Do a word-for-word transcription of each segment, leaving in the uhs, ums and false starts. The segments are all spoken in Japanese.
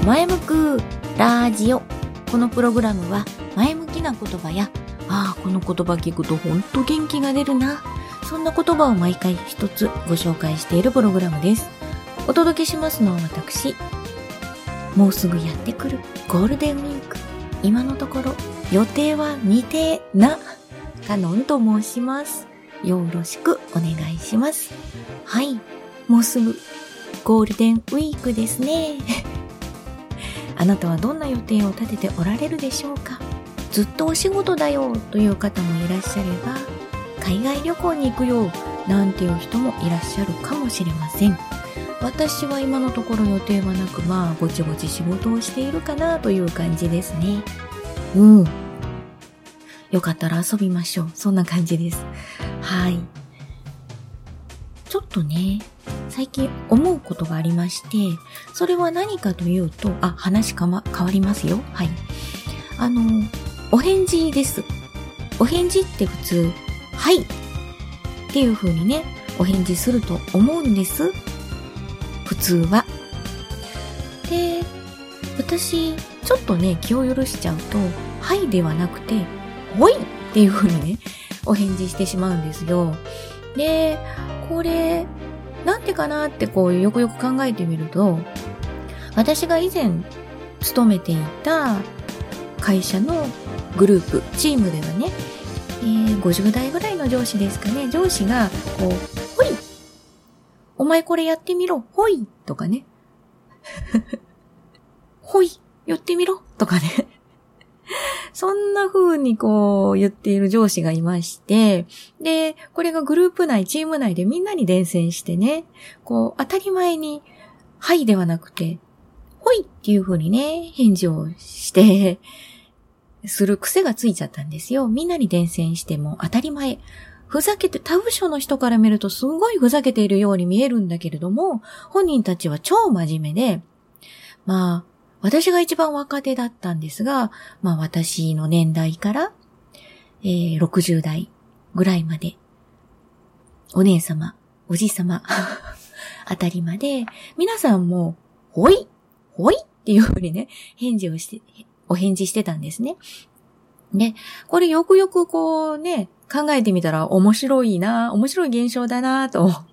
前向くラジオ。このプログラムは前向きな言葉や、ああこの言葉聞くとほんと元気が出るな、そんな言葉を毎回一つご紹介しているプログラムです。お届けしますのは私。もうすぐやってくるゴールデンウィーク。今のところ予定は未定なカノンと申します。よろしくお願いします。はい、もうすぐゴールデンウィークですね。あなたはどんな予定を立てておられるでしょうか。ずっとお仕事だよという方もいらっしゃれば、海外旅行に行くよなんていう人もいらっしゃるかもしれません。私は今のところ予定はなく、まあぼちぼち仕事をしているかなという感じですね。うん。よかったら遊びましょう。そんな感じです。はい。ちょっとね、最近思うことがありまして、それは何かというと、あ、話かま、変わりますよ。はい。あの、お返事です。お返事って普通、はいっていう風にね、お返事すると思うんです。普通は。で、私、ちょっとね、気を許しちゃうと、はいではなくて、ほいっていう風にね、お返事してしまうんですよ。で、これ、なんてかなってこうよくよく考えてみると、私が以前勤めていた会社のグループ、チームではね、えー、ごじゅう代ぐらいの上司ですかね、上司がこう、ほい、お前これやってみろ、ほいとかね、ほい、やってみろとかね、そんな風にこう言っている上司がいまして、で、これがグループ内、チーム内でみんなに伝染してね、こう当たり前に、はいではなくて、ほいっていう風にね、返事をして、する癖がついちゃったんですよ。みんなに伝染しても当たり前。ふざけて、他部署の人から見るとすごいふざけているように見えるんだけれども、本人たちは超真面目で、まあ、私が一番若手だったんですが、まあ私の年代から、えー、ろくじゅう代ぐらいまで、お姉様、おじさま、あたりまで、皆さんも、ほい、ほいっていうふうにね、返事をして、お返事してたんですね。で、これよくよくこうね、考えてみたら面白いな、面白い現象だなと思って、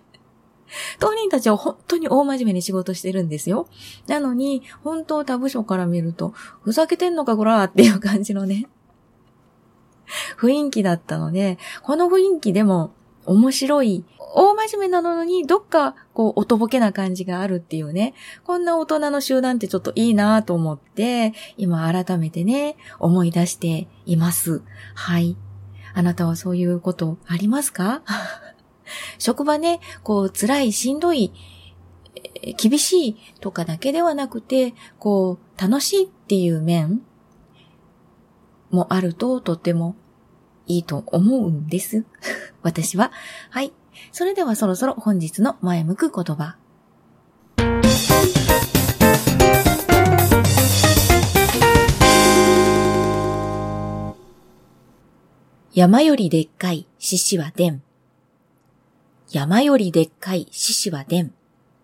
当人たちは本当に大真面目に仕事してるんですよ。なのに、本当他部署から見ると、ふざけてんのかこらーっていう感じのね、雰囲気だったので、この雰囲気でも面白い、大真面目なのに、どっかこう、おとぼけな感じがあるっていうね、こんな大人の集団ってちょっといいなと思って、今改めてね、思い出しています。はい。あなたはそういうことありますか？職場ね、こう辛い、しんどい、厳しいとかだけではなくて、こう楽しいっていう面もあるととってもいいと思うんです。私は。はい。それではそろそろ本日の前向く言葉。山よりでっかい獅子はでん。山よりでっかい獅子はでん。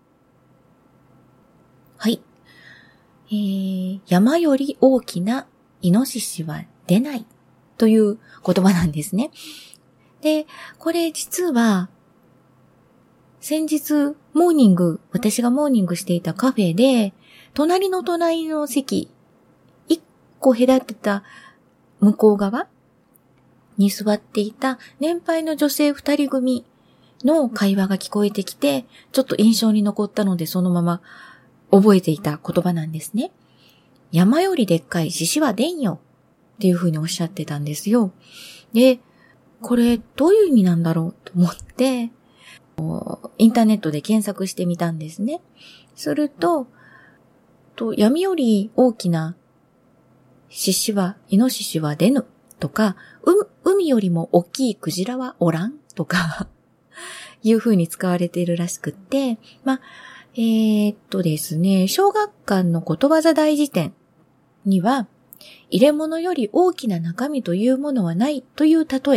はい。えー、山より大きなイノシシは出ないという言葉なんですね。で、これ実は先日モーニング、私がモーニングしていたカフェで、隣の隣の席、一個隔てた向こう側に座っていた年配の女性二人組の会話が聞こえてきて、ちょっと印象に残ったのでそのまま覚えていた言葉なんですね。山よりでっかい獅子は出んよっていう風におっしゃってたんですよ。で、これどういう意味なんだろうと思って、インターネットで検索してみたんですね。すると、と闇より大きな獅子は、イノシシは出ぬとか、う海よりも大きいクジラはおらんとかいう風に使われているらしくって、まあ、えー、っとですね、小学館のことわざ大辞典には、入れ物より大きな中身というものはないという例え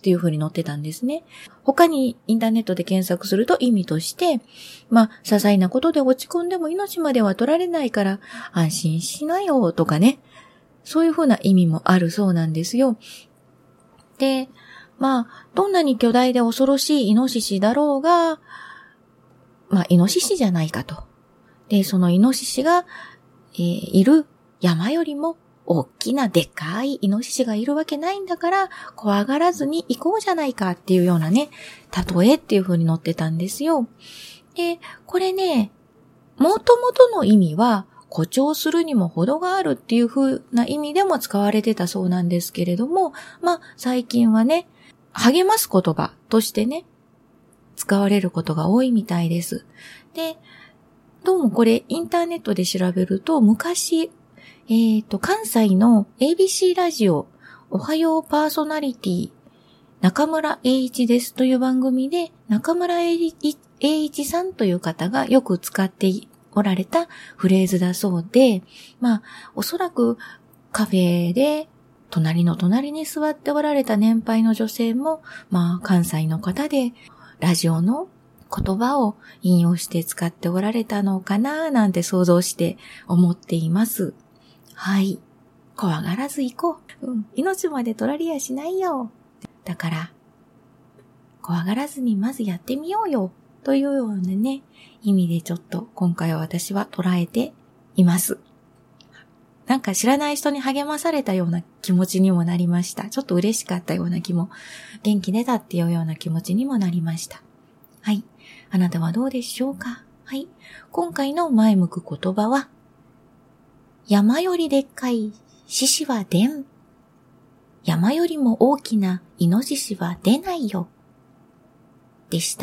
っていう風に載ってたんですね。他にインターネットで検索すると意味として、まあ、些細なことで落ち込んでも命までは取られないから安心しなよとかね。そういう風な意味もあるそうなんですよ。で、まあ、どんなに巨大で恐ろしいイノシシだろうが、まあ、イノシシじゃないかと。で、そのイノシシが、えー、いる山よりも大きなでっかいイノシシがいるわけないんだから、怖がらずに行こうじゃないかっていうようなね、例えっていう風に載ってたんですよ。で、これね、もともとの意味は、誇張するにも程があるっていう風な意味でも使われてたそうなんですけれども、まあ、最近はね、励ます言葉としてね、使われることが多いみたいです。で、どうもこれインターネットで調べると、昔、えっと、関西の エービーシー ラジオ、おはようパーソナリティ、中村栄一ですという番組で、中村栄一さんという方がよく使っておられたフレーズだそうで、まあ、おそらくカフェで隣の隣に座っておられた年配の女性も、まあ、関西の方でラジオの言葉を引用して使っておられたのかななんて想像して思っています。はい。怖がらず行こう。うん。命まで取られやしないよ。だから、怖がらずにまずやってみようよ。というようなね、意味でちょっと今回は私は捉えています。なんか知らない人に励まされたような気持ちにもなりました。ちょっと嬉しかったような気も、元気出たっていうような気持ちにもなりました。はい。あなたはどうでしょうか？はい。今回の前向く言葉は、山よりでっかい獅子は出ん。山よりも大きなイノシシは出ないよ。でした。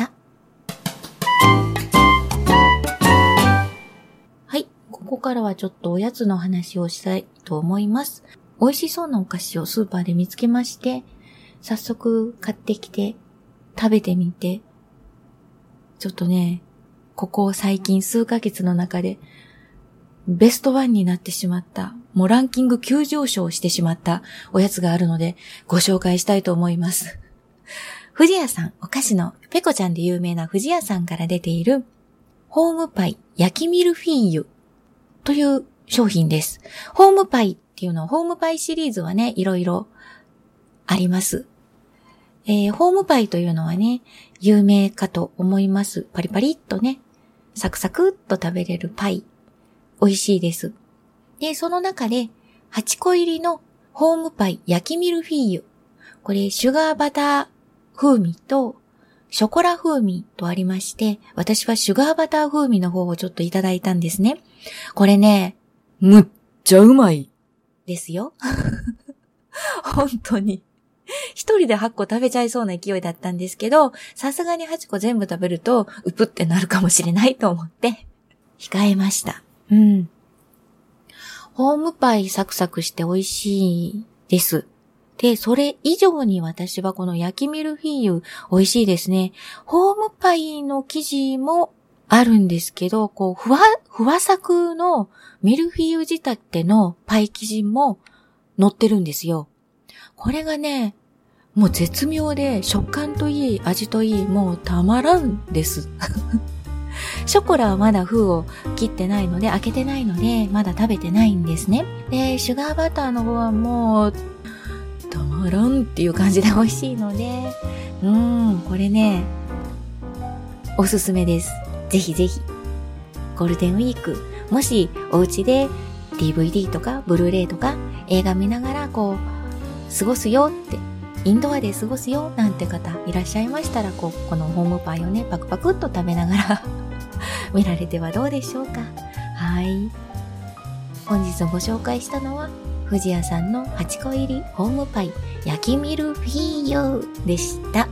はい。ここからはちょっとおやつの話をしたいと思います。美味しそうなお菓子をスーパーで見つけまして、早速買ってきて食べてみて、ちょっとね、ここ最近数ヶ月の中でベストワンになってしまった、もうランキング急上昇してしまったおやつがあるのでご紹介したいと思います。富士屋さん、お菓子のペコちゃんで有名な富士屋さんから出ているホームパイ焼きミルフィーユという商品です。ホームパイっていうのは、ホームパイシリーズはね、いろいろあります。えー、ホームパイというのはね、有名かと思います。パリパリっとね、サクサクっと食べれるパイ。美味しいです。で、その中ではちこ入りのホームパイ焼きミルフィーユ。これ、シュガーバター風味とショコラ風味とありまして、私はシュガーバター風味の方をちょっといただいたんですね。これね、むっちゃうまいですよ。本当に。一人ではっこ食べちゃいそうな勢いだったんですけど、さすがにはちこ全部食べると、うぷってなるかもしれないと思って、控えました。うん。ホームパイサクサクして美味しいです。で、それ以上に私はこの焼きミルフィーユ美味しいですね。ホームパイの生地もあるんですけど、こう、ふわ、ふわサクのミルフィーユ仕立てのパイ生地も乗ってるんですよ。これがね、もう絶妙で食感といい、味といい、もうたまらんです。ショコラはまだ封を切ってないので、開けてないので、まだ食べてないんですね。で、シュガーバターの方はもう、たまらんっていう感じで美味しいので、うーん、これね、おすすめです。ぜひぜひ。ゴールデンウィーク、もしお家で ディーブイディー とかブルーレイとか映画見ながらこう、過ごすよって、インドアで過ごすよなんて方いらっしゃいましたら、こう、このホームパイをね、パクパクっと食べながら見られてはどうでしょうか。はい。本日ご紹介したのは、富士屋さんのはちこ入りホームパイ焼きミルフィーユでした。はい。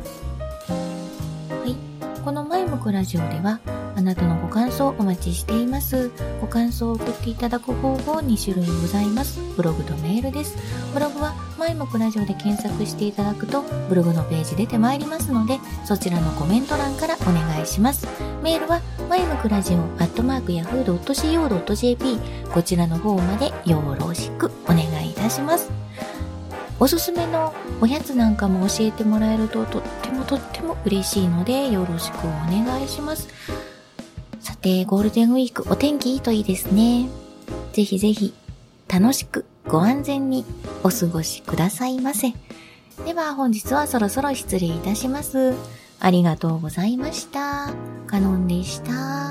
はい。この前向くラジオでは、あなたのご感想お待ちしています。ご感想を送っていただく方法に種類ございます。ブログとメールです。ブログは前向くラジオで検索していただくとブログのページ出てまいりますので、そちらのコメント欄からお願いします。メールは前向くラジオアットマークヤフードットシーオードットジェーピー こちらの方までよろしくお願いいたします。 おすすめのおやつなんかも教えてもらえるととってもとっても嬉しいのでよろしくお願いします。さて、ゴールデンウィークお天気いいといいですね。ぜひぜひ楽しくご安全にお過ごしくださいませ。では本日はそろそろ失礼いたします。ありがとうございました。カノンでした。